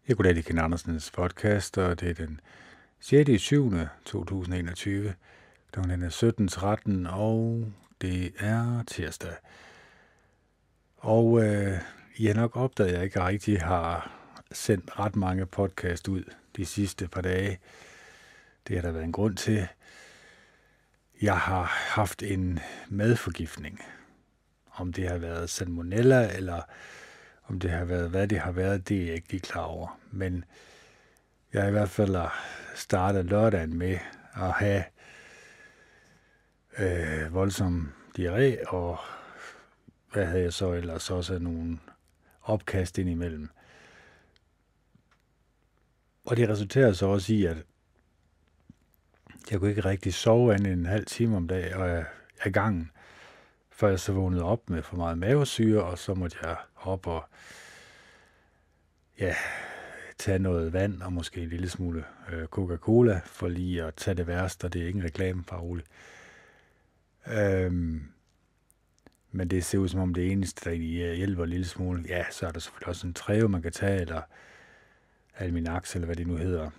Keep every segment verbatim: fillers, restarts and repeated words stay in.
Jeg goddag, det er Ken Andersens podcast, og det er den sjette syvende to tusind og enogtyve. Klokken er sytten tretten, og det er tirsdag. Og øh, I har nok opdaget, at jeg ikke rigtig har sendt ret mange podcast ud de sidste par dage. Det har der været en grund til. Jeg har haft en madforgiftning. Om det har været salmonella, eller om det har været, hvad det har været, det er jeg ikke lige klar over. Men jeg har i hvert fald startet lørdagen med at have øh, voldsom diarré, og hvad havde jeg så ellers også nogle opkast ind imellem. Og det resulterer så også i, at jeg kunne ikke rigtig sove andet end en halv time om dagen, og jeg er i gangen, før jeg så vågnede op med for meget mavesyre, og så måtte jeg op og ja, tage noget vand og måske en lille smule øh, Coca-Cola, for lige at tage det værste, og det er ikke en reklame, bare roligt. Øhm, men det ser ud som om det eneste, der egentlig hjælper en lille smule. Ja, så er der selvfølgelig også en Treo, man kan tage, eller Alminax, eller hvad det nu hedder.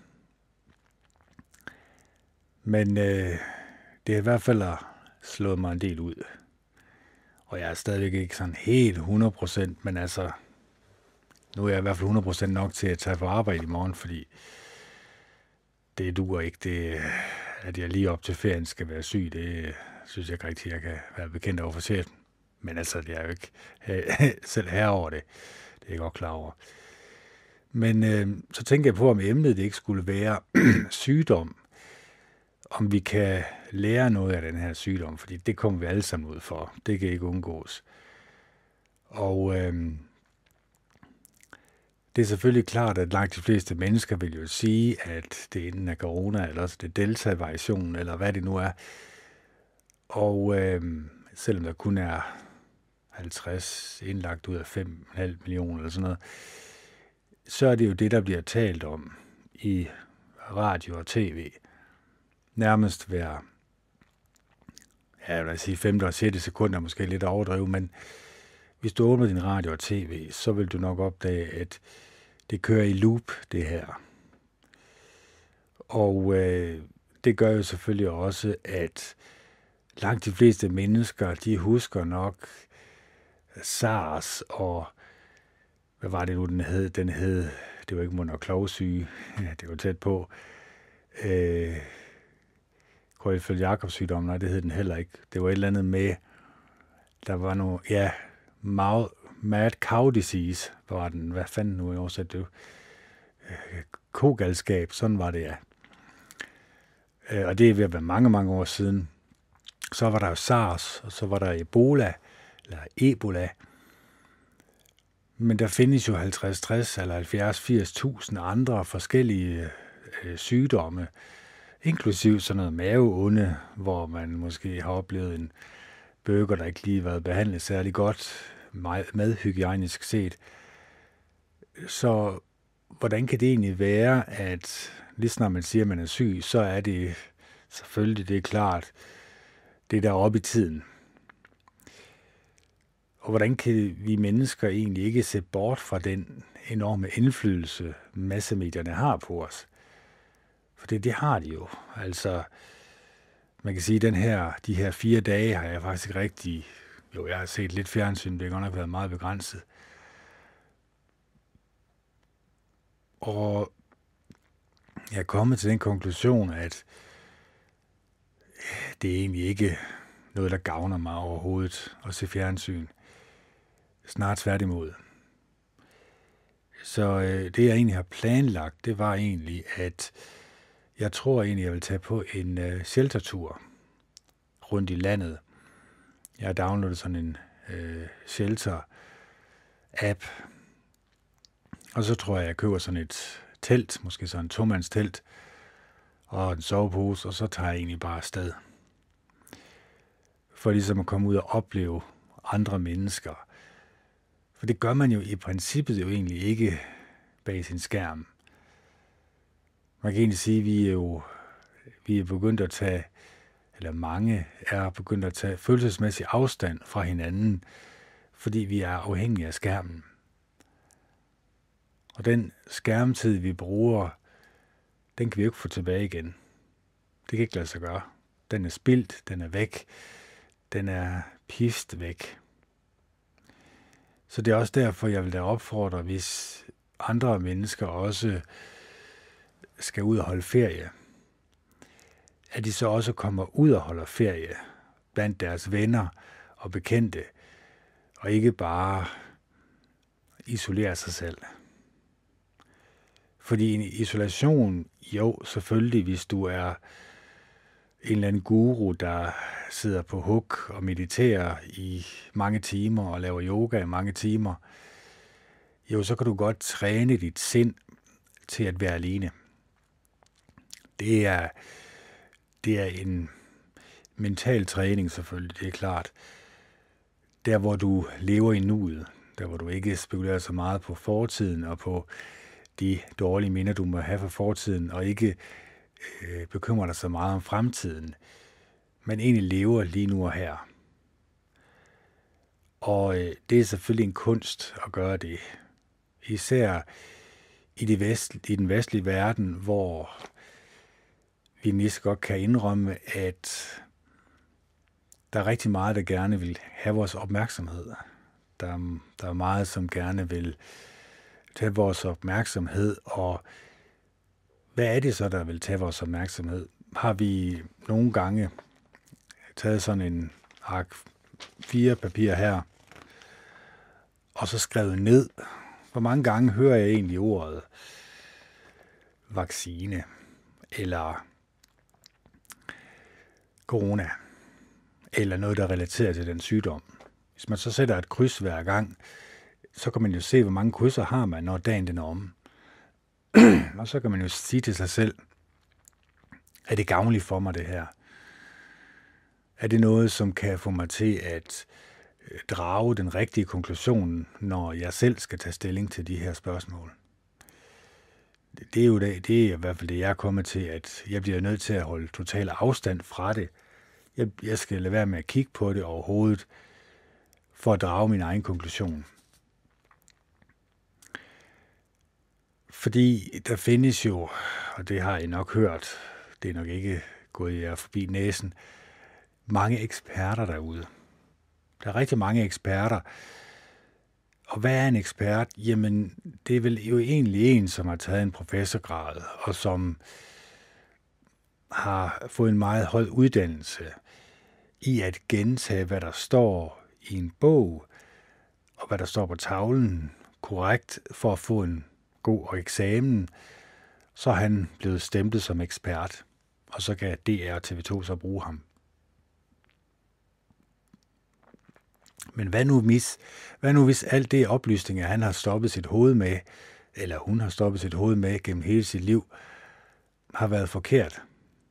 Men øh, det har i hvert fald slået mig en del ud. Og jeg er stadigvæk ikke sådan helt hundrede procent, men altså, nu er jeg i hvert fald hundrede procent nok til at tage på arbejde i morgen, fordi det duer ikke, det, at jeg lige op til ferien skal være syg. Det synes jeg ikke rigtig, jeg kan være bekendt over for chefen. Men altså, det er jo ikke selv herover det. Det er jeg godt klar over. Men øh, så tænker jeg på, om emnet det ikke skulle være sygdom. Om vi kan lære noget af den her sygdom, fordi det kommer vi alle sammen ud for. Det kan ikke undgås. Og øh, det er selvfølgelig klart, at langt de fleste mennesker vil jo sige, at det enten er corona, eller også det er delta-variationen, eller hvad det nu er. Og øh, selvom der kun er halvtreds indlagt ud af fem komma fem millioner eller sådan noget, så er det jo det, der bliver talt om i radio og tv. Nærmest hver, ja, jeg vil sige femte og sjette sekund er måske lidt overdrevet, men hvis du åbner din radio og tv, så vil du nok opdage, at det kører i loop, det her. Og øh, det gør jo selvfølgelig også, at langt de fleste mennesker, de husker nok SARS og, hvad var det nu, den hed? Den hed, det var ikke mund- og klovsyge, ja, det var tæt på. Øh, Creutzfeldt-Jakob sygdom, nej, det hed den heller ikke. Det var et eller andet med, der var nogle, ja, mad, mad cow disease, var den, hvad fanden nu i oversat det? Øh, kogalskab, sådan var det, ja. Øh, og det er ved at være mange, mange år siden. Så var der jo SARS, og så var der Ebola, eller Ebola. Men der findes jo halvtreds, tres eller halvfjerds, firs tusind andre forskellige øh, sygdomme, inklusiv sådan noget maveonde, hvor man måske har oplevet en burger, der ikke lige har været behandlet særlig godt, madhygiejnisk set. Så hvordan kan det egentlig være, at lige snart man siger, at man er syg, så er det selvfølgelig, det er klart, det der oppe i tiden. Og hvordan kan vi mennesker egentlig ikke se bort fra den enorme indflydelse, massemedierne har på os? For det, det har de jo. Altså, man kan sige, at den her, de her fire dage har jeg faktisk rigtig, jo, jeg har set lidt fjernsyn, det har godt nok været meget begrænset. Og jeg er kommet til den konklusion, at det er egentlig ikke noget, der gavner mig overhovedet at se fjernsyn. Snart tværtimod. Så øh, det, jeg egentlig har planlagt, det var egentlig, at jeg tror egentlig, jeg vil tage på en øh, sheltertur rundt i landet. Jeg har downloadet sådan en øh, shelter-app, og så tror jeg, jeg køber sådan et telt, måske sådan en tomandstelt, og en sovepose, og så tager jeg egentlig bare afsted. For ligesom at komme ud og opleve andre mennesker. For det gør man jo i princippet jo egentlig ikke bag sin skærm. Man kan egentlig sige, at vi er jo vi er begyndt at tage, eller mange er begyndt at tage følelsesmæssig afstand fra hinanden, fordi vi er afhængige af skærmen. Og den skærmtid, vi bruger, den kan vi jo ikke få tilbage igen. Det kan ikke lade sig gøre. Den er spildt, den er væk, den er pist væk. Så det er også derfor, jeg vil da opfordre, hvis andre mennesker også skal ud og holde ferie, at de så også kommer ud og holder ferie blandt deres venner og bekendte, og ikke bare isolerer sig selv. Fordi en isolation, jo, selvfølgelig, hvis du er en eller anden guru, der sidder på huk og mediterer i mange timer og laver yoga i mange timer, jo, så kan du godt træne dit sind til at være alene. Det er, det er en mental træning selvfølgelig, det er klart. Der, hvor du lever i nuet, der, hvor du ikke spekulerer så meget på fortiden og på de dårlige minder, du må have fra fortiden, og ikke øh, bekymrer dig så meget om fremtiden, men egentlig lever lige nu og her. Og øh, det er selvfølgelig en kunst at gøre det. Især i, de vest, i den vestlige verden, hvor vi næsten godt kan indrømme, at der er rigtig meget, der gerne vil have vores opmærksomhed. Der, der er meget, som gerne vil tage vores opmærksomhed, og hvad er det så, der vil tage vores opmærksomhed? Har vi nogle gange taget sådan en ark fire papir her, og så skrevet ned, hvor mange gange hører jeg egentlig ordet vaccine, eller corona, eller noget, der relaterer til den sygdom. Hvis man så sætter et kryds hver gang, så kan man jo se, hvor mange krydser har man, når dagen den er omme. Og så kan man jo sige til sig selv, er det gavnligt for mig det her? Er det noget, som kan få mig til at drage den rigtige konklusion, når jeg selv skal tage stilling til de her spørgsmål? Det er jo det, det er i hvert fald det, jeg er kommet til, at jeg bliver nødt til at holde total afstand fra det. Jeg, jeg skal lade være med at kigge på det overhovedet, for at drage min egen konklusion. Fordi der findes jo, og det har I nok hørt, det er nok ikke gået jer forbi næsen, mange eksperter derude. Der er rigtig mange eksperter. Og hvad er en ekspert? Jamen, det er vel jo egentlig en, som har taget en professorgrad, og som har fået en meget høj uddannelse i at gentage, hvad der står i en bog, og hvad der står på tavlen, korrekt for at få en god eksamen, så er han blevet stemplet som ekspert, og så kan D R og T V to så bruge ham. Men hvad nu hvis, hvad nu hvis alt det oplysninger, han har stoppet sit hoved med, eller hun har stoppet sit hoved med gennem hele sit liv, har været forkert?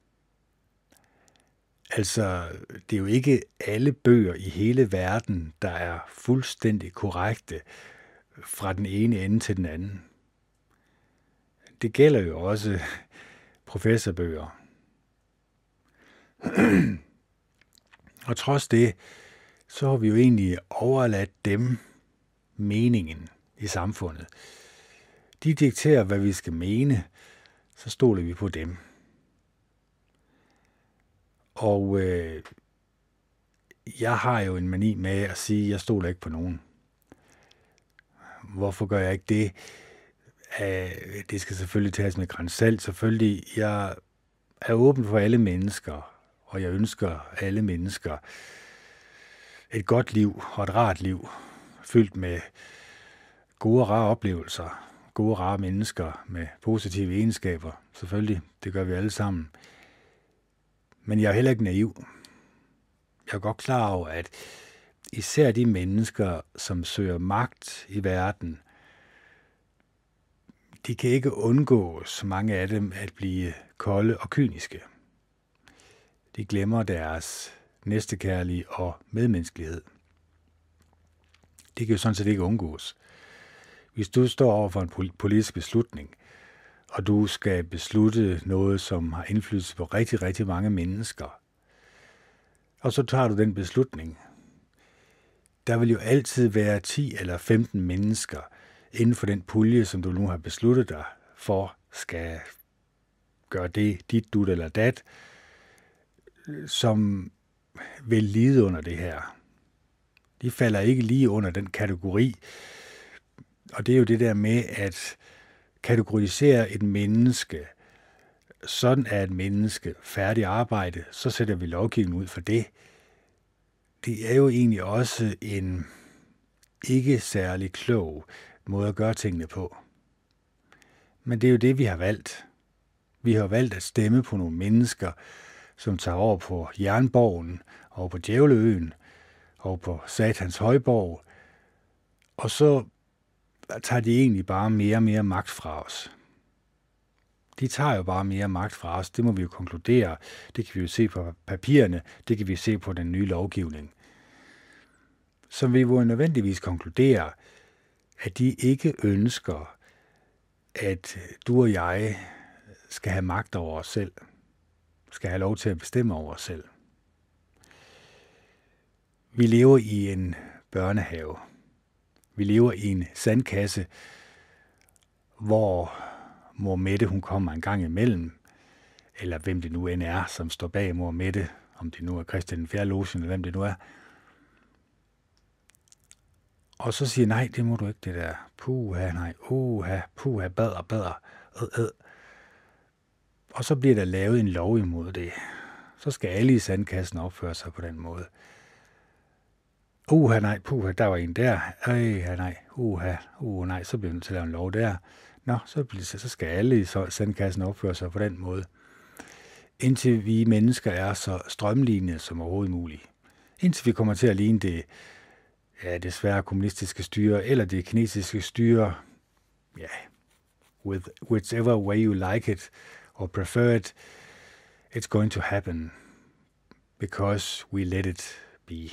Altså, det er jo ikke alle bøger i hele verden, der er fuldstændig korrekte fra den ene ende til den anden. Det gælder jo også professorbøger. Og trods det, så har vi jo egentlig overladt dem meningen i samfundet. De dikterer, hvad vi skal mene, så stoler vi på dem. Og øh, jeg har jo en mani med at sige, at jeg stoler ikke på nogen. Hvorfor gør jeg ikke det? Uh, det skal selvfølgelig tages med gran salt. Selvfølgelig, jeg er åben for alle mennesker, og jeg ønsker alle mennesker et godt liv og et rart liv, fyldt med gode og rare oplevelser, gode og rare mennesker med positive egenskaber. Selvfølgelig, det gør vi alle sammen. Men jeg er heller ikke naiv. Jeg er godt klar over, at især de mennesker, som søger magt i verden, de kan ikke undgå, så mange af dem, at blive kolde og kyniske. De glemmer deres næstekærlige og medmenneskelighed. Det kan jo sådan set ikke undgås. Hvis du står over for en politisk beslutning, og du skal beslutte noget, som har indflydelse på rigtig, rigtig mange mennesker, og så tager du den beslutning. Der vil jo altid være ti eller femten mennesker, inden for den pulje, som du nu har besluttet dig for, skal gøre det, dit, dut eller dat, som vil lide under det her. De falder ikke lige under den kategori, og det er jo det der med at kategorisere et menneske. Sådan er et menneske færdig arbejde, så sætter vi lovgivningen ud for det. Det er jo egentlig også en ikke særlig klog måde at gøre tingene på. Men det er jo det, vi har valgt. Vi har valgt at stemme på nogle mennesker, som tager over på Jernborgen, og på Djævleøen, og på Satans Højborg, og så tager de egentlig bare mere og mere magt fra os. De tager jo bare mere magt fra os, det må vi jo konkludere. Det kan vi jo se på papirerne, det kan vi se på den nye lovgivning. Så vi må nødvendigvis konkludere, at de ikke ønsker, at du og jeg skal have magt over os selv, skal have lov til at bestemme over os selv. Vi lever i en børnehave. Vi lever i en sandkasse, hvor mor Mette, hun kommer en gang imellem, eller hvem det nu end er, som står bag mor Mette, om det nu er Christian den fjerde logen, eller hvem det nu er. Og så siger, nej, det må du ikke, det der. Puha, nej, uha, puha, bader, bader, øh, øh. Og så bliver der lavet en lov imod det. Så skal alle i sandkassen opføre sig på den måde. Uha, nej, puha, der var en der. Øj, nej, uha, uha, nej, så bliver vi nødt til at lave en lov der. Nå, så, bliver, så skal alle i sandkassen opføre sig på den måde. Indtil vi mennesker er så strømlignende som overhovedet muligt. Indtil vi kommer til at ligne det, ja, desværre kommunistiske styre, eller det kinesiske styre, ja, with whichever way you like it, or prefer it, it's going to happen, because we let it be.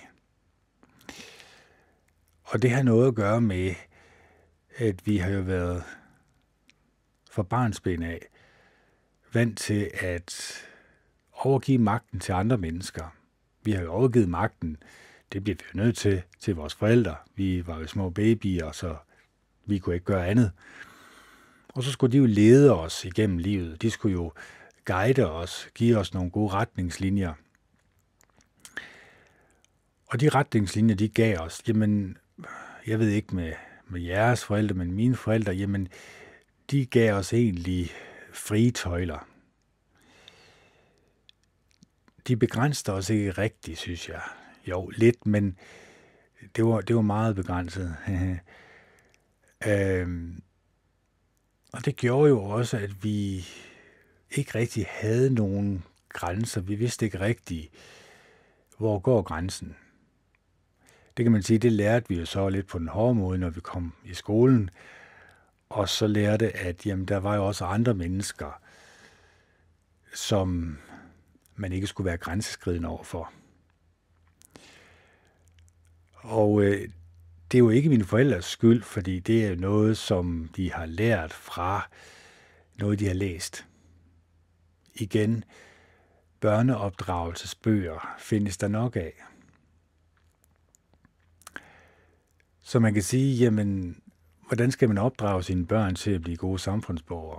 Og det har noget at gøre med, at vi har jo været fra barnsben af vant til at overgive magten til andre mennesker. Vi har jo overgivet magten, det bliver vi jo nødt til, til vores forældre. Vi var jo små babyer, så vi kunne ikke gøre andet. Og så skulle de jo lede os igennem livet. De skulle jo guide os, give os nogle gode retningslinjer. Og de retningslinjer, de gav os, jamen, jeg ved ikke med, med jeres forældre, men mine forældre, jamen, de gav os egentlig frie tøjler. De begrænsede os ikke rigtigt, synes jeg. Jo, lidt, men det var, det var meget begrænset. øhm, og det gjorde jo også, at vi ikke rigtig havde nogen grænser. Vi vidste ikke rigtigt, hvor går grænsen. Det kan man sige, det lærte vi jo så lidt på den hårde måde, når vi kom i skolen. Og så lærte, at jamen, der var jo også andre mennesker, som man ikke skulle være grænseskridende overfor. Og øh, det er jo ikke mine forældres skyld, fordi det er noget, som de har lært fra noget, de har læst. Igen, børneopdragelsesbøger findes der nok af. Så man kan sige, jamen, hvordan skal man opdrage sine børn til at blive gode samfundsborgere?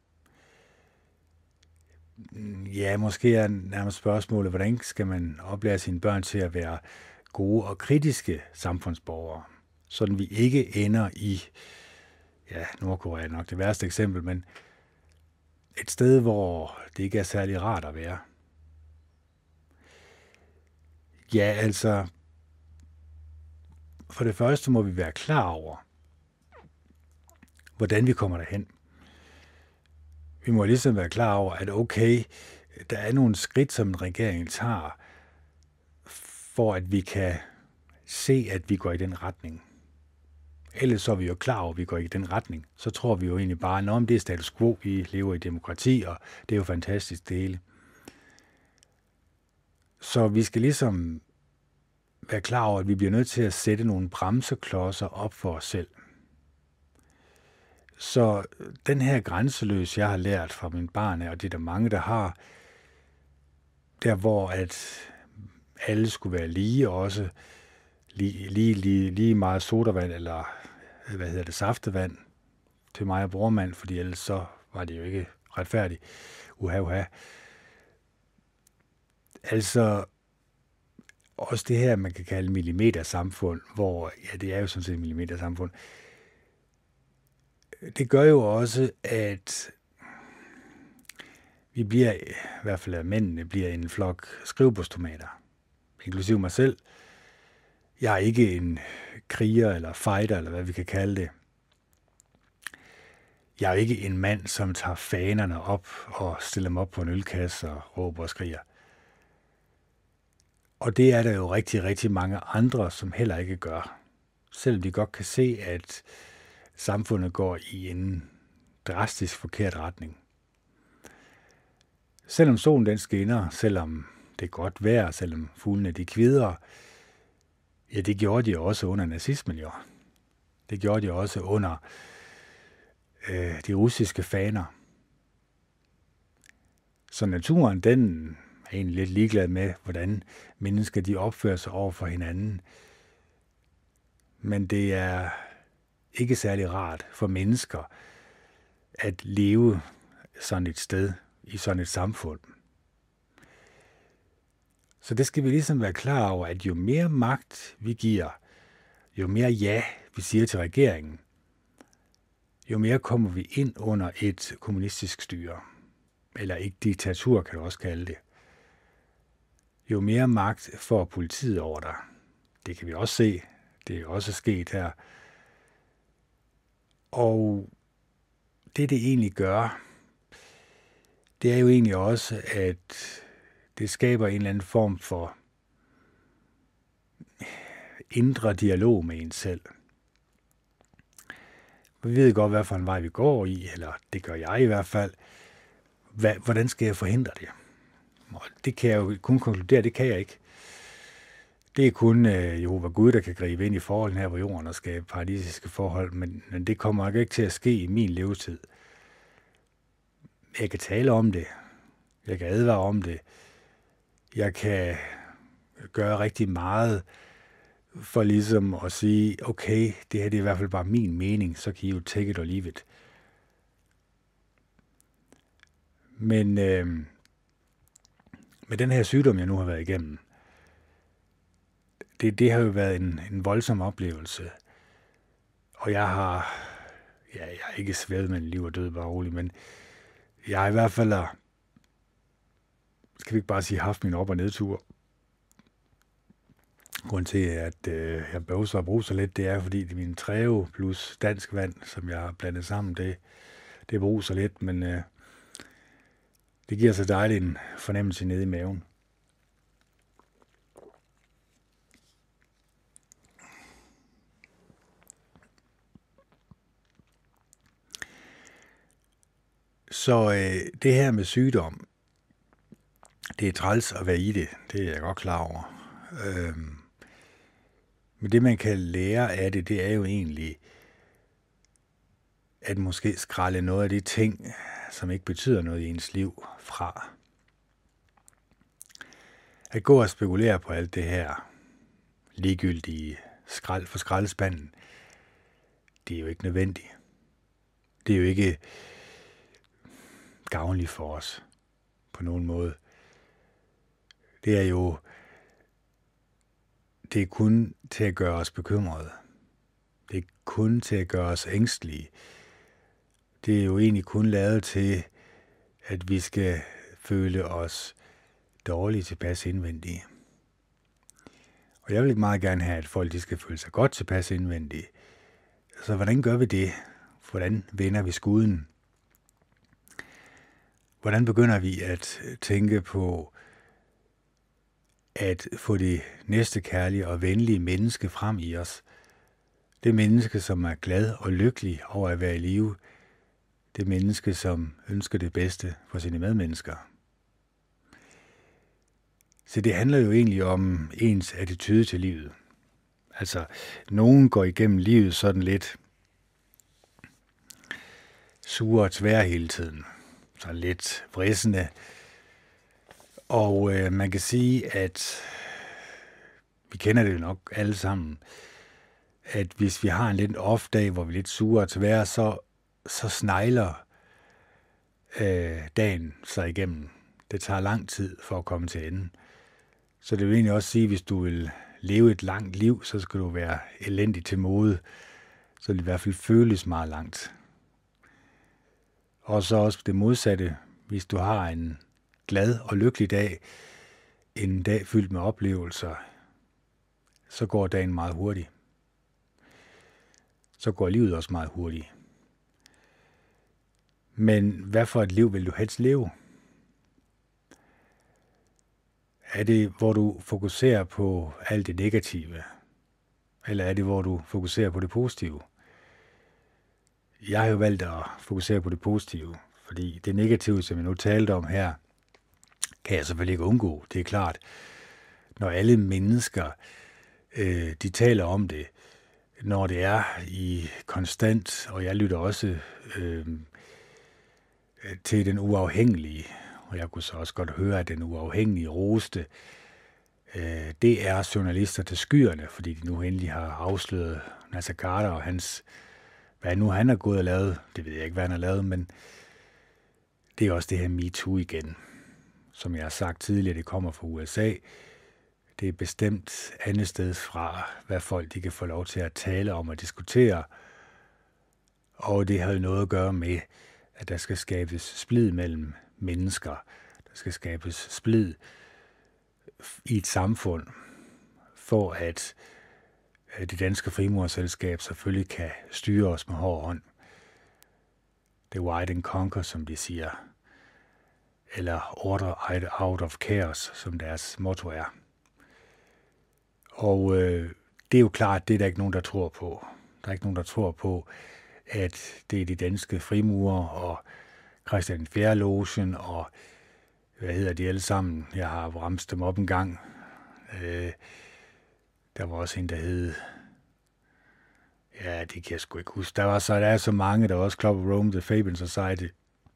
Ja, måske er nærmest spørgsmålet, hvordan skal man oplære sine børn til at være gode og kritiske samfundsborgere, sådan vi ikke ender i, ja, Nordkorea er nok det værste eksempel, men et sted, hvor det ikke er særlig rart at være. Ja, altså, for det første må vi være klar over, hvordan vi kommer derhen. Vi må ligesom være klar over, at okay, der er nogle skridt, som en regering tager, for at vi kan se, at vi går i den retning. Ellers så er vi jo klar over, at vi går i den retning. Så tror vi jo egentlig bare, at det er status quo, vi lever i demokrati, og det er jo fantastisk det hele. Så vi skal ligesom være klar over, at vi bliver nødt til at sætte nogle bremseklodser op for os selv. Så den her grænseløs, jeg har lært fra mine barn, og det er der mange, der har, der hvor at alle skulle være lige også, lige, lige, lige, lige meget sodavand eller hvad hedder det, saftevand til mig og brormand, fordi ellers så var det jo ikke retfærdigt. Uha, uha. Altså, også det her, man kan kalde millimetersamfund, hvor, ja, det er jo sådan set millimetersamfund, det gør jo også, at vi bliver, i hvert fald at mændene, bliver en flok skrivebordstomater, inklusive mig selv. Jeg er ikke en kriger eller fighter, eller hvad vi kan kalde det. Jeg er ikke en mand, som tager fanerne op og stiller dem op på en ølkasse og råber og skriger. Og det er der jo rigtig, rigtig mange andre, som heller ikke gør. Selvom de godt kan se, at samfundet går i en drastisk forkert retning. Selvom solen den skinner, selvom det er godt vejr, selvom fuglene de kvidrer, ja, det gjorde de også under nazismen jo. Det gjorde de også under øh, de russiske faner. Så naturen, den er egentlig lidt ligeglad med, hvordan mennesker de opfører sig over for hinanden. Men det er ikke særlig rart for mennesker at leve sådan et sted, i sådan et samfund. Så det skal vi ligesom være klar over, at jo mere magt vi giver, jo mere ja vi siger til regeringen, jo mere kommer vi ind under et kommunistisk styre, eller et diktatur kan du også kalde det. Jo mere magt får politiet over dig. Det kan vi også se. Det er også sket her. Og det, det egentlig gør, det er jo egentlig også, at det skaber en eller anden form for indre dialog med en selv. Vi ved godt, hvad for en vej vi går i, eller det gør jeg i hvert fald. Hvad, hvordan skal jeg forhindre det? Og det kan jeg jo kun konkludere, det kan jeg ikke. Det er kun øh, Jehova Gud, der kan gribe ind i forholdene her på jorden og skabe paradisiske forhold, men, men det kommer ikke til at ske i min levetid. Jeg kan tale om det. Jeg kan advare om det. Jeg kan gøre rigtig meget for ligesom at sige, okay, det her det er i hvert fald bare min mening, så kan I jo take it or leave it. Men øh, med den her sygdom, jeg nu har været igennem, det, det har jo været en, en voldsom oplevelse. Og jeg har, ja, jeg har ikke svævet med liv og død, bare roligt, men jeg har i hvert fald, skal vi ikke bare sige, haft min op- og nedtur. Grunden til, at øh, jeg bøvser og bruser lidt, det er, fordi det er min Treo plus dansk vand, som jeg har blandet sammen, det, det bruser lidt, men øh, det giver så dejligt en fornemmelse nede i maven. Så øh, det her med sygdom, det er træls at være i det, det er jeg godt klar over. Øh, men det, man kan lære af det, det er jo egentlig, at måske skrælle noget af de ting, som ikke betyder noget i ens liv, fra. At gå og spekulere på alt det her ligegyldige skrald for skraldespanden, det er jo ikke nødvendigt. Det er jo ikke gavnligt for os på nogen måde. Det er jo det er kun til at gøre os bekymrede. Det er kun til at gøre os ængstelige. Det er jo egentlig kun lavet til, at vi skal føle os dårligt tilpas indvendige. Og jeg vil ikke meget gerne have, at folk de skal føle sig godt tilpas indvendige. Så hvordan gør vi det? Hvordan vender vi skuden? Hvordan begynder vi at tænke på at få det næste kærlige og venlige menneske frem i os? Det menneske, som er glad og lykkelig over at være i live. Det menneske, som ønsker det bedste for sine medmennesker. Så det handler jo egentlig om ens attitude til livet. Altså, nogen går igennem livet sådan lidt sure og tvære hele tiden. Så lidt vrissende. Og øh, man kan sige, at vi kender det jo nok alle sammen. at hvis vi har en lidt off-dag, hvor vi er lidt sure til vejr, så, så snegler øh, dagen sig igennem. Det tager lang tid for at komme til enden. Så det vil egentlig også sige, at hvis du vil leve et langt liv, så skal du være elendig til mode. Så det i hvert fald føles meget langt. Og så også det modsatte. Hvis du har en glad og lykkelig dag, en dag fyldt med oplevelser, så går dagen meget hurtigt. Så går livet også meget hurtigt. Men hvad for et liv vil du helst leve? Er det, hvor du fokuserer på alt det negative? Eller er det, hvor du fokuserer på det positive? Jeg har jo valgt at fokusere på det positive, fordi det negative, som jeg nu talte om her, kan jeg selvfølgelig ikke undgå. Det er klart, når alle mennesker, øh, de taler om det, når det er i konstant, og jeg lytter også øh, til den uafhængige, og jeg kunne så også godt høre, at den uafhængige roste, øh, det er journalister til skyerne, fordi de nu endelig har afsløret Naser Khader og hans, hvad nu han har gået og lavet, det ved jeg ikke, hvad han har lavet, men det er også det her MeToo igen, som jeg har sagt tidligere, det kommer fra U S A. Det er bestemt andet sted fra, hvad folk de kan få lov til at tale om og diskutere. Og det har jo noget at gøre med, at der skal skabes splid mellem mennesker. Der skal skabes splid i et samfund, for at det danske frimurerselskab selvfølgelig kan styre os med hård hånd. Det er divide and conquer, som de siger. Eller order out of chaos, som deres motto er. Og øh, det er jo klart, det er der ikke nogen, der tror på. Der er ikke nogen, der tror på, at det er de danske frimurer og Christian den fjerde logen og hvad hedder de alle sammen. Jeg har ramst dem op en gang. Øh, der var også en, der hed... Ja, det kan jeg sgu ikke huske. Der var så, der er så mange, der var også Club of Rome, The Fabian Society.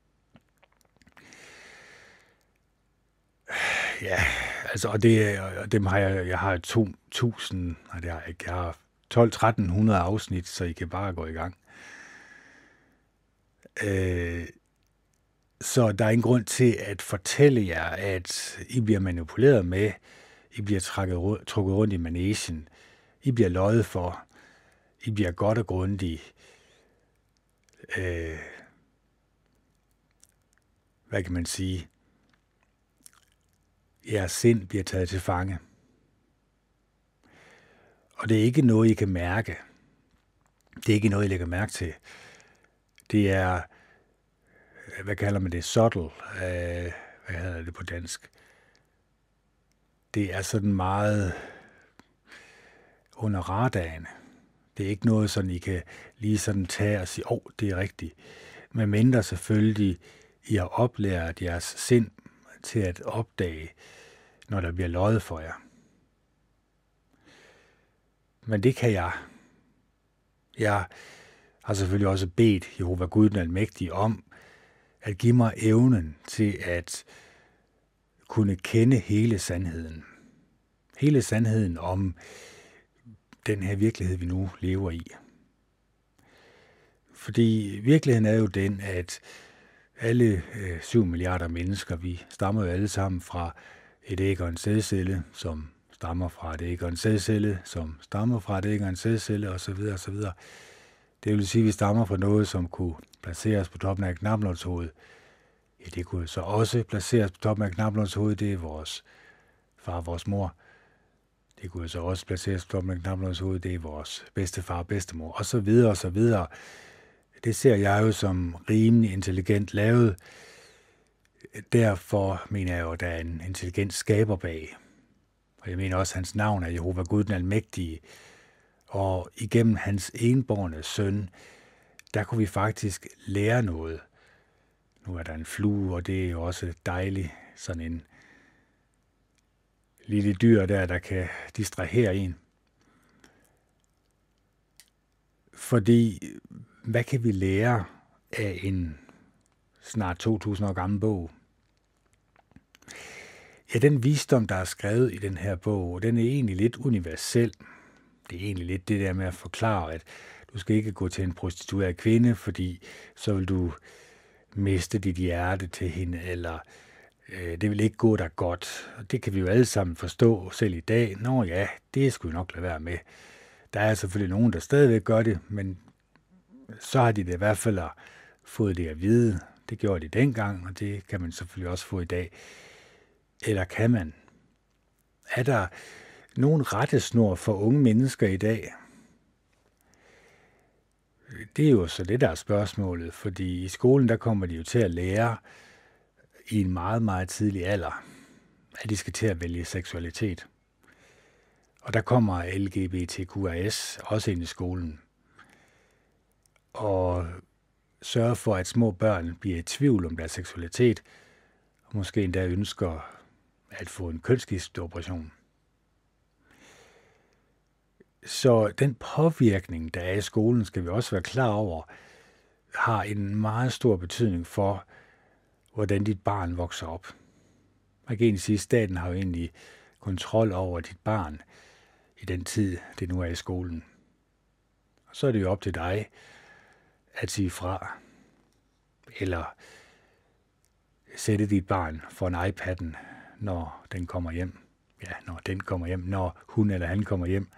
Ja, altså, og det, og dem har jeg, jeg har to tusind, nej, det har jeg ikke, jeg har tolv til tretten hundrede afsnit, så I kan bare gå i gang. Øh, så der er ingen grund til at fortælle jer, at I bliver manipuleret med, I bliver trukket, trukket rundt i managen, I bliver løjet for, I bliver godt og grundigt, øh, hvad kan man sige, jeres sind bliver taget til fange. Og det er ikke noget, I kan mærke. Det er ikke noget, I lægger mærke til. Det er, hvad kalder man det, subtle, øh, hvad hedder det på dansk? Det er sådan meget under radaren. Det er ikke noget, sådan I kan lige sådan tage og sige, åh, oh, det er rigtigt. Men mindre selvfølgelig, I har oplært jeres sind til at opdage, når der bliver løjet for jer. Men det kan jeg. Jeg har selvfølgelig også bedt Jehova Gud den Almægtige om at give mig evnen til at kunne kende hele sandheden. Hele sandheden om den her virkelighed, vi nu lever i. Fordi virkeligheden er jo den, at alle øh, syv milliarder mennesker, vi stammer jo alle sammen fra et æg og en sædcelle, som stammer fra et æg og en sædcelle, som stammer fra et æg og en sædcelle, osv. osv. Det vil sige, at vi stammer fra noget, som kunne placeres på toppen af knaplånshovedet. Ja, det kunne så også placeres på toppen af knaplånshovedet. Det er vores far og vores mor. Det kunne så også placeres på toppen af knaplånshovedet. Det er vores bedstefar og bedstemor, og så videre og så videre. Det ser jeg jo som rimelig intelligent lavet. Derfor mener jeg jo, at der er en intelligent skaber bag. Og jeg mener også, at hans navn er Jehova Gud den Almægtige. Og igennem hans enbårne søn, der kunne vi faktisk lære noget. Nu er der en flue, og det er jo også dejligt. Sådan en lille dyr der, der kan distrahere en. Fordi, hvad kan vi lære af en snart to tusind år gammel bog? Ja, den visdom, der er skrevet i den her bog, den er egentlig lidt universel. det er egentlig lidt det der med at forklare, at du skal ikke gå til en prostitueret kvinde, fordi så vil du miste dit hjerte til hende, eller øh, det vil ikke gå dig godt. Og det kan vi jo alle sammen forstå selv i dag. Nå ja, det skulle vi nok lade være med. Der er selvfølgelig nogen, der stadigvæk gør det, men så har de det i hvert fald fået det at vide. Det gjorde de dengang, og det kan man selvfølgelig også få i dag. Eller kan man? Er der nogen rettesnor for unge mennesker i dag? Det er jo så det, der er spørgsmålet, fordi i skolen, der kommer de jo til at lære i en meget, meget tidlig alder, at de skal til at vælge seksualitet. Og der kommer L G B T Q R S også ind i skolen. Og sørge for, at små børn bliver i tvivl om deres seksualitet, og måske endda ønsker at få en kønsskifteoperation. Så den påvirkning, der er i skolen, skal vi også være klar over, har en meget stor betydning for, hvordan dit barn vokser op. Man kan egentlig sige, at staten har jo egentlig kontrol over dit barn i den tid, det nu er i skolen. Og så er det jo op til dig at sige fra, eller sætte dit barn for en iPad'en, når den kommer hjem. Ja, når den kommer hjem, når hun eller han kommer hjem.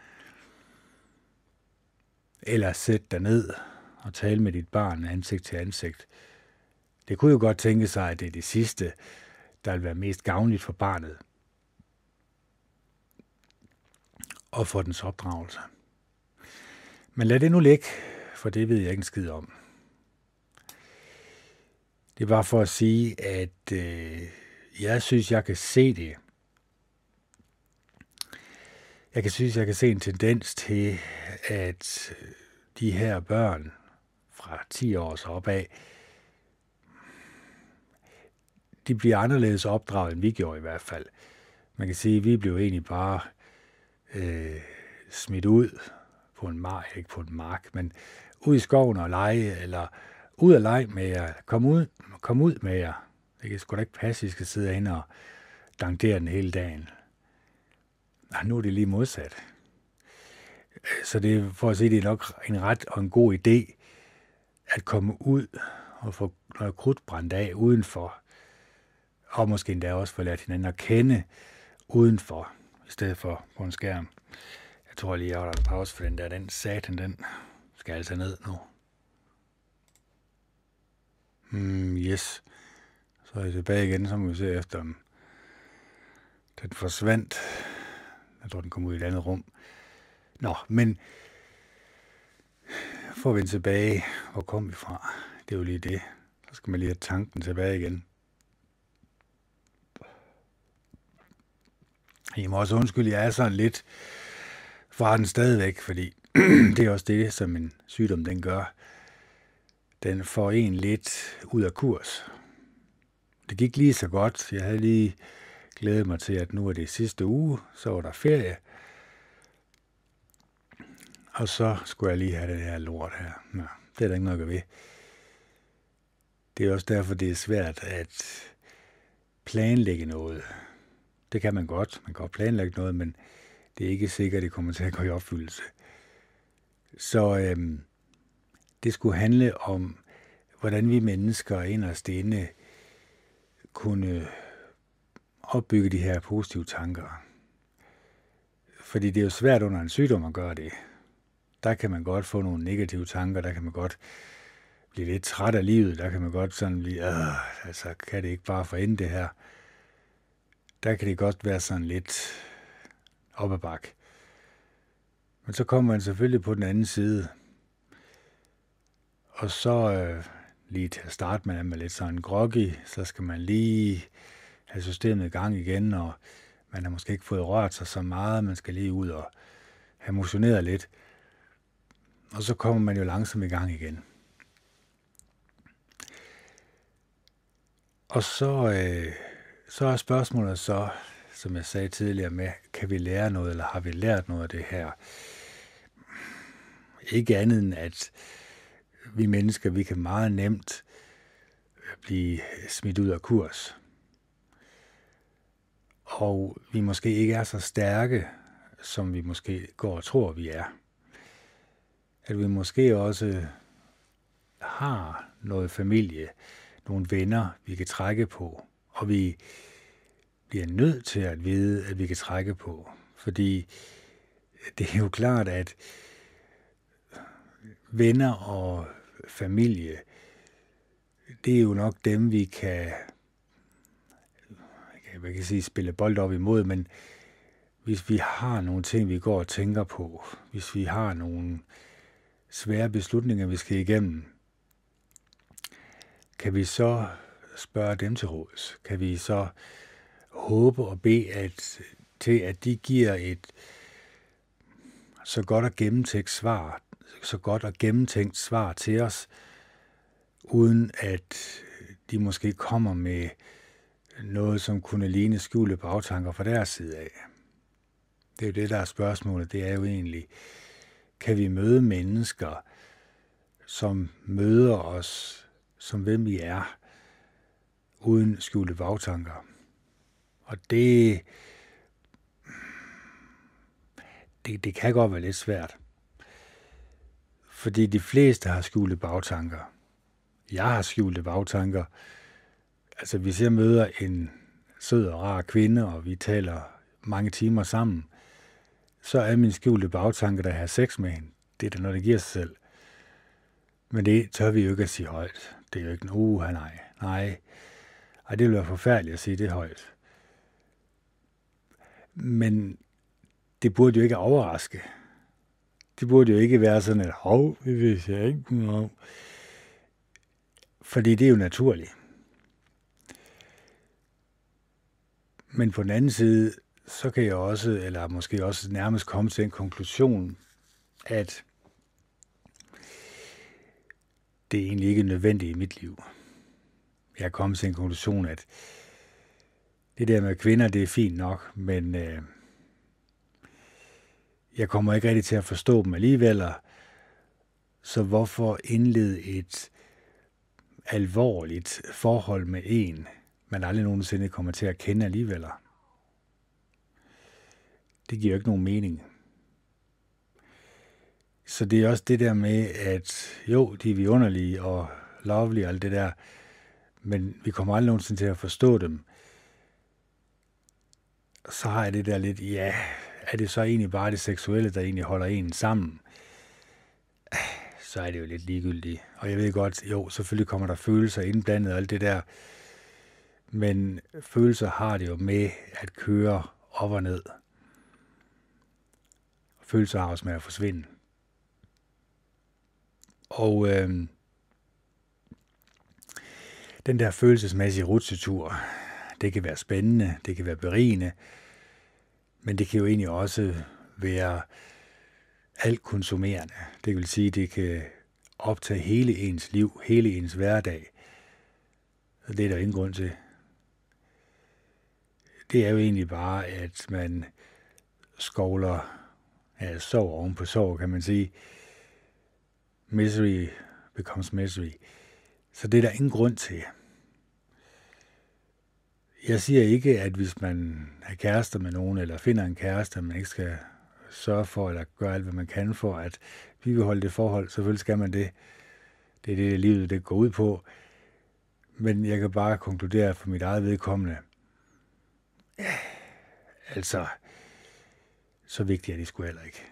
Eller sæt dig ned og tale med dit barn ansigt til ansigt. Det kunne jo godt tænke sig, at det er det sidste, der vil være mest gavnligt for barnet og for dens opdragelse. Men lad det nu ligge, for det ved jeg ikke en skid om. Det var for at sige, at øh, jeg synes, jeg kan se det. Jeg kan synes, jeg kan se en tendens til, at de her børn fra ti år så opad, de bliver anderledes opdraget, end vi gjorde i hvert fald. Man kan sige, at vi blev egentlig bare øh, smidt ud på en mark, ikke på en mark, men ud i skoven og lege, eller ud og lege med jer, kom ud, kom ud med jer. Det kan sgu da ikke passe, at I skal sidde herinde og dankere den hele dagen. Nej, nu er det lige modsat. Så det er, for at sige, det er nok en ret og en god idé, at komme ud og få noget krudt brændt af udenfor, og måske endda også få lært hinanden at kende udenfor, i stedet for på en skærm. Jeg tror lige, jeg holder en pause for den der, den satan, den skal altså ned nu. Hmm, yes. Så er jeg tilbage igen, så må vi se efter, om den forsvandt. Jeg tror, den kom ud i et andet rum. Nå, men for at vende tilbage, hvor kom vi fra? Det er jo lige det. Så skal man lige have tanken tilbage igen. Jeg må også undskylde, jeg er sådan lidt fra den stadigvæk, fordi det er også det, som en sygdom den gør. Den får en lidt ud af kurs. Det gik lige så godt. Jeg havde lige glædet mig til, at nu er det sidste uge, så var der ferie. Og så skulle jeg lige have det her lort her. Nå, det er der ikke noget at gøre ved. Det er også derfor, det er svært at planlægge noget. Det kan man godt. Man kan godt planlægge noget, men det er ikke sikkert, at det kommer til at gå i opfyldelse. Så øhm, det skulle handle om, hvordan vi mennesker inderst inde kunne opbygge de her positive tanker. Fordi det er jo svært under en sygdom at gøre det. Der kan man godt få nogle negative tanker, der kan man godt blive lidt træt af livet, der kan man godt sådan blive, øh, altså kan det ikke bare forende det her. Der kan det godt være sådan lidt op ad bak. Men så kommer man selvfølgelig på den anden side. Og så øh, lige til at starte med, er man lidt sådan groggy, så skal man lige have systemet i gang igen, og man har måske ikke fået rørt sig så meget, man skal lige ud og have motioneret lidt. Og så kommer man jo langsomt i gang igen. Og så, øh, så er spørgsmålet så, som jeg sagde tidligere med, kan vi lære noget, eller har vi lært noget af det her? Ikke andet end, at vi mennesker, vi kan meget nemt blive smidt ud af kurs. Og vi måske ikke er så stærke, som vi måske går og tror, vi er. At vi måske også har noget familie, nogle venner, vi kan trække på, og vi bliver nødt til at vide, at vi kan trække på. Fordi det er jo klart, at venner og familie, det er jo nok dem, vi kan, jeg kan sige, spille bold op imod, men hvis vi har nogle ting, vi går og tænker på, hvis vi har nogle svære beslutninger, vi skal igennem, kan vi så spørge dem til råds? Kan vi så håbe og bede at, til, at de giver et så godt og gennemtænkt svar, så godt og gennemtænkt svar til os, uden at de måske kommer med noget, som kunne ligne skjulte bagtanker fra deres side af. Det er jo det, der er spørgsmålet. Det er jo egentlig, kan vi møde mennesker, som møder os, som hvem vi er, uden skjulte bagtanker? Og det, det, det kan godt være lidt svært. Fordi de fleste har skjulte bagtanker. Jeg har skjulte bagtanker. Altså, hvis jeg møder en sød og rar kvinde, og vi taler mange timer sammen, så er min skjulte bagtanke, der har sex med hende. Det er da noget, der giver sig selv. Men det tør vi jo ikke at sige højt. Det er jo ikke en uha, nej, nej. Ej, det ville være forfærdeligt at sige det højt. Men det burde jo ikke overraske. Det burde jo ikke være sådan, at hov, det vidste jeg ikke. No. Fordi det er jo naturligt. Men på den anden side, så kan jeg også, eller måske også nærmest komme til en konklusion, at det er egentlig ikke nødvendigt i mit liv. Jeg er kommet til en konklusion, at det der med kvinder, det er fint nok, men øh, jeg kommer ikke rigtig til at forstå dem alligevel. Så hvorfor indlede et alvorligt forhold med en, man aldrig nogensinde kommer til at kende alligevel? Det giver jo ikke nogen mening. Så det er også det der med, at jo, de er vidunderlige og lovely og alt det der, men vi kommer aldrig nogensinde til at forstå dem. Så har jeg det der lidt, ja, er det så egentlig bare det seksuelle, der egentlig holder en sammen? Så er det jo lidt ligegyldigt. Og jeg ved godt, jo, selvfølgelig kommer der følelser indblandet og alt det der, men følelser har det jo med at køre op og ned. Følelser har også med at forsvinde. Og øh, den der følelsesmæssige rutsjetur, det kan være spændende, det kan være berigende, men det kan jo egentlig også være alt konsumerende. Det vil sige, det kan optage hele ens liv, hele ens hverdag. Og det er der ingen grund til. Det er jo egentlig bare, at man skovler, ja, sov oven på sov, kan man sige. Misery becomes misery. Så det er der ingen grund til. Jeg siger ikke, at hvis man er kærester med nogen, eller finder en kæreste, man ikke skal sørge for, eller gøre alt, hvad man kan for, at vi vil holde det forhold. Selvfølgelig skal man det. Det er det, livet det går ud på. Men jeg kan bare konkludere for mit eget vedkommende, ja, altså, så vigtigt er det sgu heller ikke.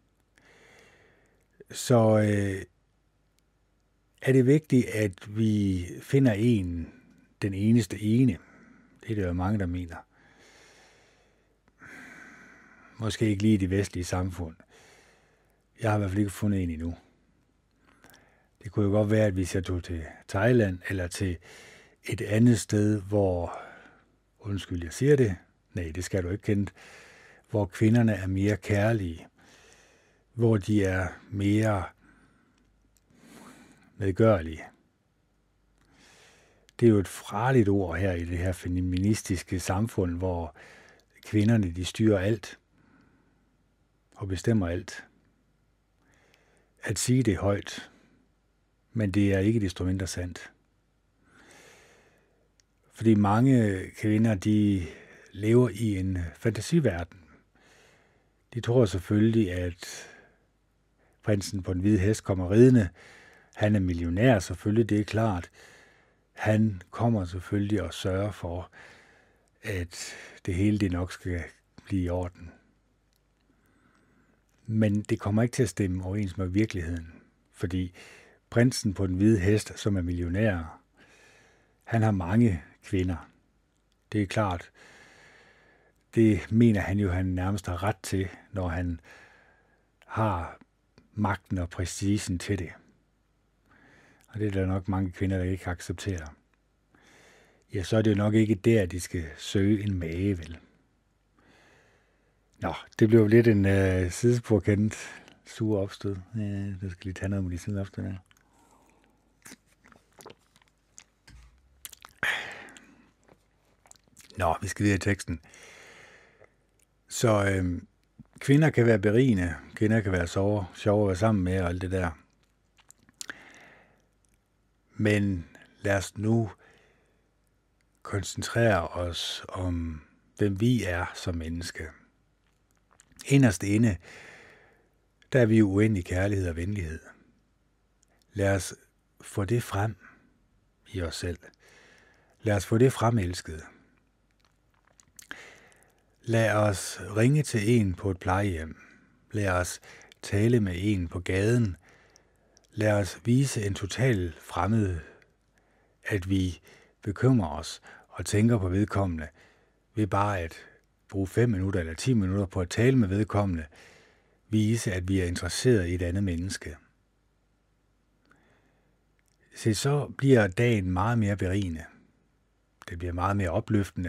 Så øh, er det vigtigt, at vi finder en, den eneste ene. Det er der jo mange, der mener. Måske ikke lige i de vestlige samfund. Jeg har i hvert fald ikke fundet en endnu. Det kunne jo godt være, at hvis jeg tog til Thailand, eller til et andet sted, hvor, undskyld, jeg siger det, nej, det skal du ikke kende, hvor kvinderne er mere kærlige, hvor de er mere medgørlige. Det er jo et farligt ord her i det her feministiske samfund, hvor kvinderne, de styrer alt og bestemmer alt. At sige det højt, men det er ikke desto mindre sandt. Fordi mange kvinder, de lever i en fantasiverden. De tror selvfølgelig, at prinsen på den hvide hest kommer ridende. Han er millionær selvfølgelig, det er klart. Han kommer selvfølgelig og sørger for, at det hele det nok skal blive i orden. Men det kommer ikke til at stemme overens med virkeligheden, fordi prinsen på den hvide hest, som er millionær, han har mange kvinder. Det er klart. Det mener han jo, han nærmest har ret til, når han har magten og prestigen til det. Og det er der nok mange kvinder, der ikke accepterer. Ja, så er det jo nok ikke der, de skal søge en mage, vel? Nå, det blev lidt en øh, sidesporkendt sur opstød. Ja, der skal lige tage noget med de side opstød her. Nå, vi skal videre i teksten. Så øh, kvinder kan være berigende, kvinder kan være sjove, sjove at være sammen med og alt det der. Men lad os nu koncentrere os om, hvem vi er som menneske. Inderst inde, der er vi jo uendelig kærlighed og venlighed. Lad os få det frem i os selv. Lad os få det fremelsket. Lad os ringe til en på et plejehjem. Lad os tale med en på gaden. Lad os vise en total fremmed, at vi bekymrer os og tænker på vedkommende ved bare at bruge fem minutter eller ti minutter på at tale med vedkommende, vise, at vi er interesseret i et andet menneske. Så, så bliver dagen meget mere berigende. Det bliver meget mere opløftende.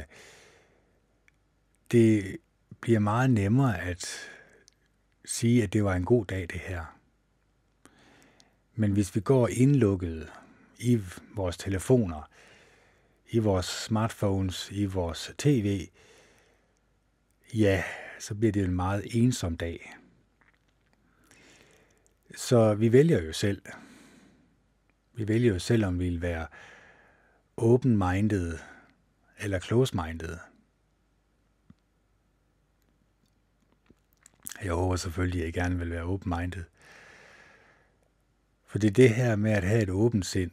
Det bliver meget nemmere at sige, at det var en god dag, det her. Men hvis vi går indlukket i vores telefoner, i vores smartphones, i vores tv, ja, så bliver det en meget ensom dag. Så vi vælger jo selv. Vi vælger jo selv, om vi vil være open-minded eller close-minded. Jeg håber selvfølgelig, at jeg gerne vil være open-minded. For det er det her med at have et åbent sind.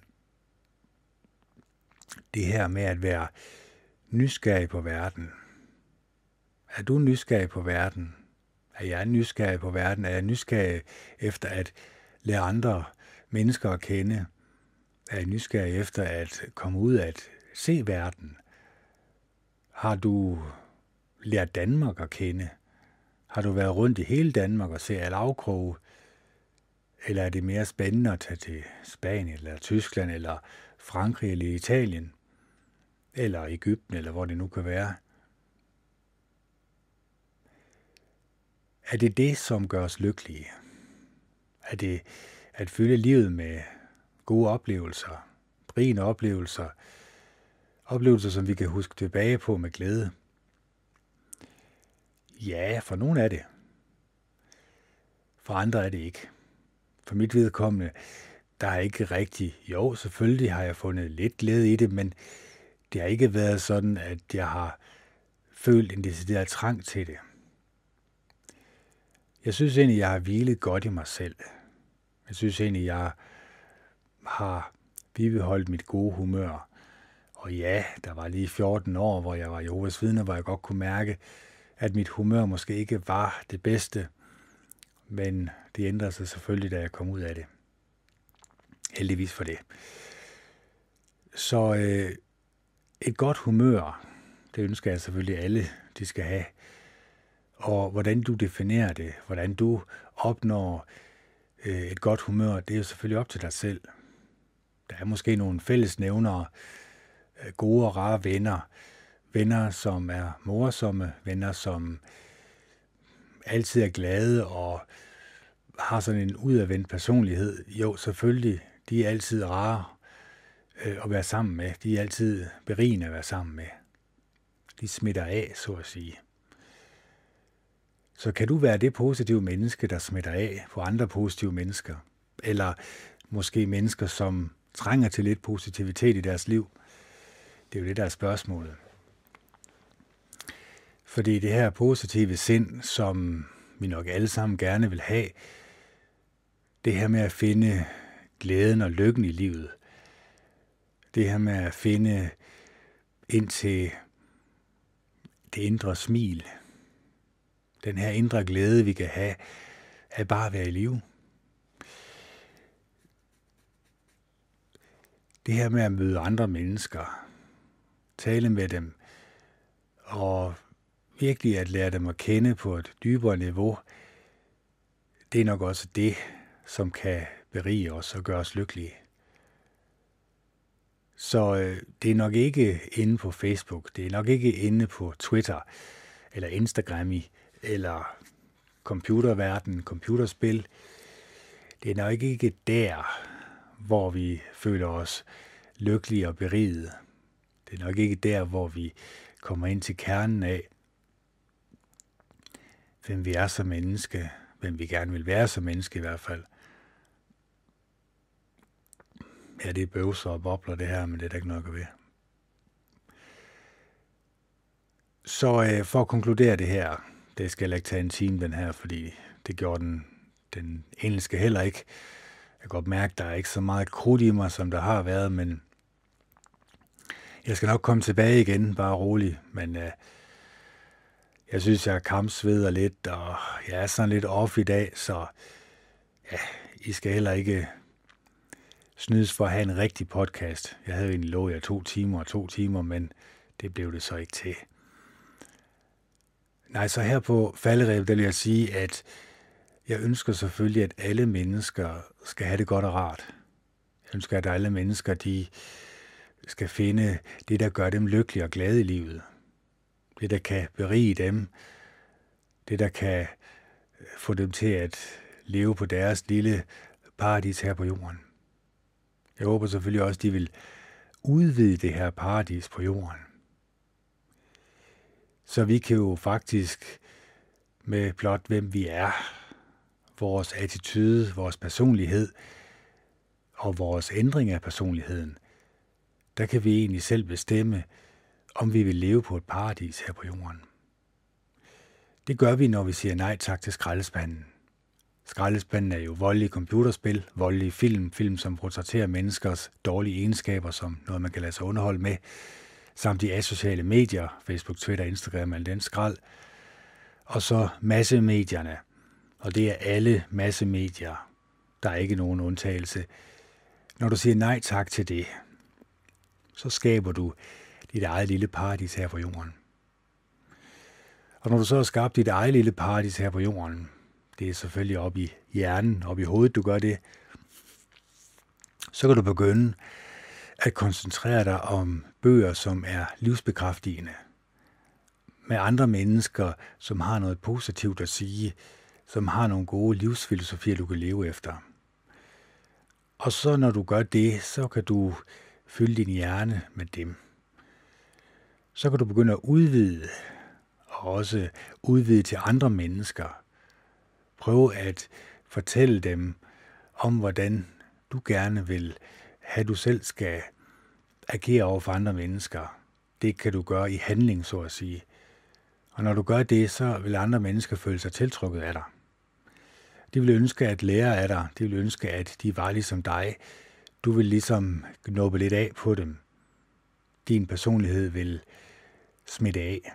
Det her med at være nysgerrig på verden. Er du nysgerrig på verden? Er jeg nysgerrig på verden? Er jeg nysgerrig efter at lære andre mennesker at kende? Er jeg nysgerrig efter at komme ud at se verden? Har du lært Danmark at kende? Har du været rundt i hele Danmark og se alle afkroge? Eller er det mere spændende at tage til Spanien, eller Tyskland, eller Frankrig, eller Italien, eller Egypten, eller hvor det nu kan være? Er det det, som gør os lykkelige? Er det at fylde livet med gode oplevelser, berigende oplevelser, oplevelser, som vi kan huske tilbage på med glæde? Ja, for nogle er det. For andre er det ikke. For mit vedkommende, der er ikke rigtig, jo, selvfølgelig har jeg fundet lidt glæde i det, men det har ikke været sådan, at jeg har følt en decideret trang til det. Jeg synes egentlig, jeg har hvilet godt i mig selv. Jeg synes egentlig, jeg har bibeholdt mit gode humør. Og ja, der var lige fjorten år, hvor jeg var Jehovas vidne, hvor jeg godt kunne mærke, at mit humør måske ikke var det bedste, men det ændrede sig selvfølgelig, da jeg kom ud af det. Heldigvis for det. Så øh, et godt humør, det ønsker jeg selvfølgelig alle, de skal have. Og hvordan du definerer det, hvordan du opnår øh, et godt humør, det er jo selvfølgelig op til dig selv. Der er måske nogle fællesnævnere, øh, gode og rare venner, venner, som er morsomme, venner, som altid er glade og har sådan en udadvendt personlighed. Jo, selvfølgelig, de er altid rare øh, at være sammen med. De er altid berigende at være sammen med. De smitter af, så at sige. Så kan du være det positive menneske, der smitter af på andre positive mennesker? Eller måske mennesker, som trænger til lidt positivitet i deres liv? Det er jo det, der er spørgsmålet. Fordi det her positive sind, som vi nok alle sammen gerne vil have. Det her med at finde glæden og lykken i livet. Det her med at finde ind til det indre smil. Den her indre glæde, vi kan have, af bare at være i live. Det her med at møde andre mennesker, tale med dem, og virkelig at lære dem at kende på et dybere niveau, det er nok også det, som kan berige os og gøre os lykkelige. Så øh, det er nok ikke inde på Facebook, det er nok ikke inde på Twitter, eller Instagram, eller computerverden, computerspil. Det er nok ikke der, hvor vi føler os lykkelige og berigede. Det er nok ikke der, hvor vi kommer ind til kernen af, hvem vi er som menneske, hvem vi gerne vil være som menneske i hvert fald. Ja, det er bøvser og bobler det her, men det er der ikke noget at ved. Så øh, for at konkludere det her, det skal jeg ikke tage en time den her, fordi det gjorde den, den engelske heller ikke. Jeg kan godt mærke, at der er ikke så meget krudt i mig, som der har været, men jeg skal nok komme tilbage igen, bare rolig. Men øh, jeg synes, jeg kampsveder lidt, og jeg er sådan lidt off i dag, så ja, I skal heller ikke snydes for at have en rigtig podcast. Jeg havde jo egentlig lovet jer to timer og to timer, men det blev det så ikke til. Nej, så her på Falderebet, der vil jeg sige, at jeg ønsker selvfølgelig, at alle mennesker skal have det godt og rart. Jeg ønsker, at alle mennesker, de skal finde det, der gør dem lykkelige og glade i livet. Det, der kan berige dem. Det, der kan få dem til at leve på deres lille paradis her på jorden. Jeg håber selvfølgelig også, at de vil udvide det her paradis på jorden. Så vi kan jo faktisk med blot hvem vi er, vores attitude, vores personlighed og vores ændring af personligheden, der kan vi egentlig selv bestemme, om vi vil leve på et paradis her på jorden. Det gør vi, når vi siger nej tak til skraldespanden. Skraldespanden er jo voldelige computerspil, voldelige film, film som portrætterer menneskers dårlige egenskaber som noget, man kan lade sig underholde med, samt de asociale medier, Facebook, Twitter, Instagram, al den skrald, og så massemedierne, og det er alle massemedier. Der er ikke nogen undtagelse. Når du siger nej tak til det, så skaber du dit eget lille paradis her på jorden. Og når du så har skabt dit eget lille paradis her på jorden, det er selvfølgelig op i hjernen, op i hovedet, du gør det, så kan du begynde at koncentrere dig om bøger, som er livsbekræftigende. Med andre mennesker, som har noget positivt at sige, som har nogle gode livsfilosofier, du kan leve efter. Og så når du gør det, så kan du fylde din hjerne med dem. Så kan du begynde at udvide, og også udvide til andre mennesker. Prøve at fortælle dem om, hvordan du gerne vil have, du selv skal agere over for andre mennesker. Det kan du gøre i handling, så at sige. Og når du gør det, så vil andre mennesker føle sig tiltrukket af dig. De vil ønske at lære af dig. De vil ønske, at de var ligesom dig. Du vil ligesom knuppe lidt af på dem. Din personlighed vil smitte af.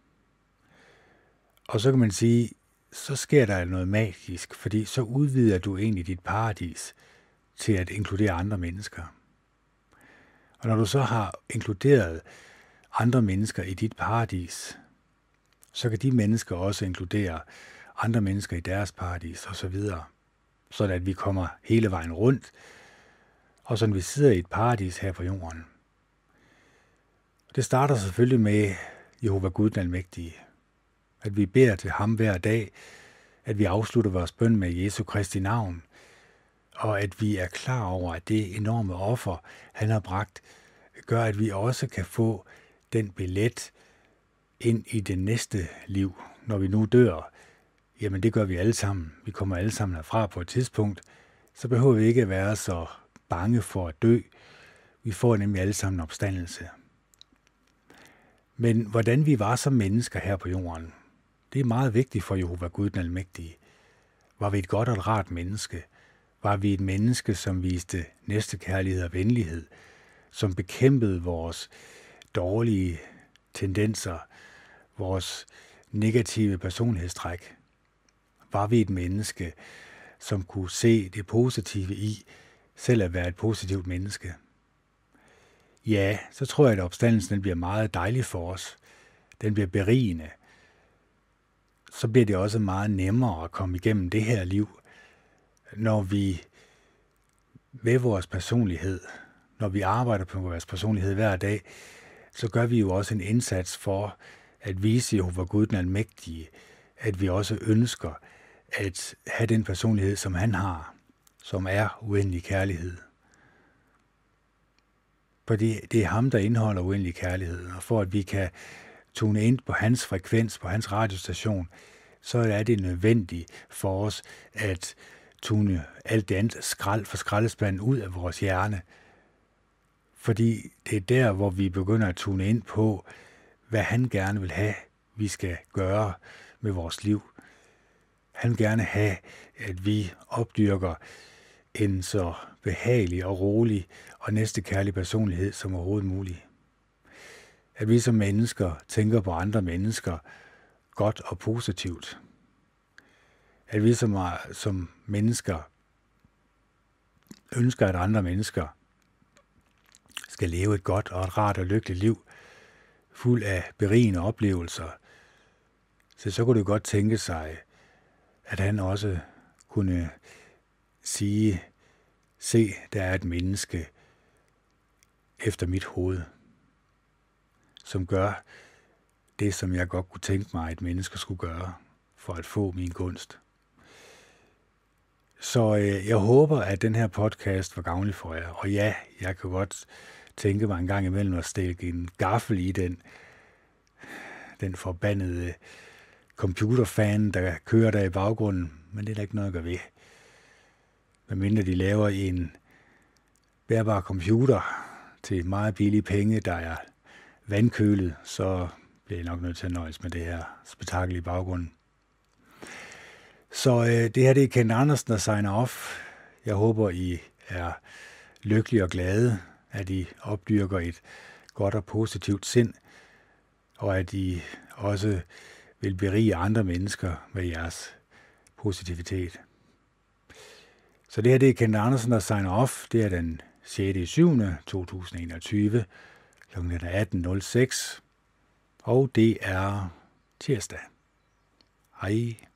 Og så kan man sige, så sker der noget magisk, fordi så udvider du egentlig dit paradis til at inkludere andre mennesker. Og når du så har inkluderet andre mennesker i dit paradis, så kan de mennesker også inkludere andre mennesker i deres paradis og så videre, så at vi kommer hele vejen rundt, og så vi sidder i et paradis her på jorden. Det starter selvfølgelig med Jehova Gud den Almægtige, at vi beder til ham hver dag, at vi afslutter vores bøn med Jesu Kristi navn, og at vi er klar over, at det enorme offer, han har bragt, gør, at vi også kan få den billet ind i det næste liv, når vi nu dør. Jamen det gør vi alle sammen. Vi kommer alle sammen herfra på et tidspunkt. Så behøver vi ikke at være så bange for at dø. Vi får nemlig alle sammen opstandelse. Men hvordan vi var som mennesker her på jorden, Det er meget vigtigt for Jehova Gud den Almægtige. Var vi et godt og et rart menneske? Var vi et menneske, som viste næstekærlighed og venlighed, som bekæmpede vores dårlige tendenser, vores negative personlighedstræk? Var vi et menneske, som kunne se det positive i selv at være et positivt menneske? Ja, så tror jeg, at opstandelsen den bliver meget dejlig for os. Den bliver berigende. Så bliver det også meget nemmere at komme igennem det her liv, når vi ved vores personlighed, når vi arbejder på vores personlighed hver dag, så gør vi jo også en indsats for at vise Jehova Gud den Almægtige, at vi også ønsker at have den personlighed, som han har, som er uendelig kærlighed. Fordi det er ham, der indeholder uendelig kærlighed, og for at vi kan tune ind på hans frekvens, på hans radiostation, så er det nødvendigt for os at tune alt det andet skrald for skraldespanden ud af vores hjerne. Fordi det er der, hvor vi begynder at tune ind på, hvad han gerne vil have, vi skal gøre med vores liv. Han vil gerne have, at vi opdyrker en så behagelig og rolig og næstekærlig personlighed som overhovedet muligt. At vi som mennesker tænker på andre mennesker godt og positivt. At vi som, som mennesker ønsker, at andre mennesker skal leve et godt og et rart og lykkeligt liv, fuld af berigende oplevelser. Så så kunne det godt tænke sig, at han også kunne sige, se, der er et menneske efter mit hoved, som gør det, som jeg godt kunne tænke mig, at et menneske skulle gøre, for at få min gunst. Så øh, jeg håber, at den her podcast var gavnlig for jer. Og ja, jeg kan godt tænke mig en gang imellem at stikke en gaffel i den, den forbandede computerfan, der kører der i baggrunden. Men det er der ikke noget at gøre ved. Medmindre de laver en bærbar computer til meget billige penge, der er vandkølet, så bliver jeg nok nødt til at nøjes med det her spektakel i baggrunden. Så øh, det her det er Kent Andersen, der signer off. Jeg håber, I er lykkelige og glade, at I opdyrker et godt og positivt sind, og at I også vil berige andre mennesker med jeres positivitet. Så det her det er Kent Andersen, der signer off. Det er den sjette juli to tusind og enogtyve, klokken atten nul seks, og det er tirsdag. Hej.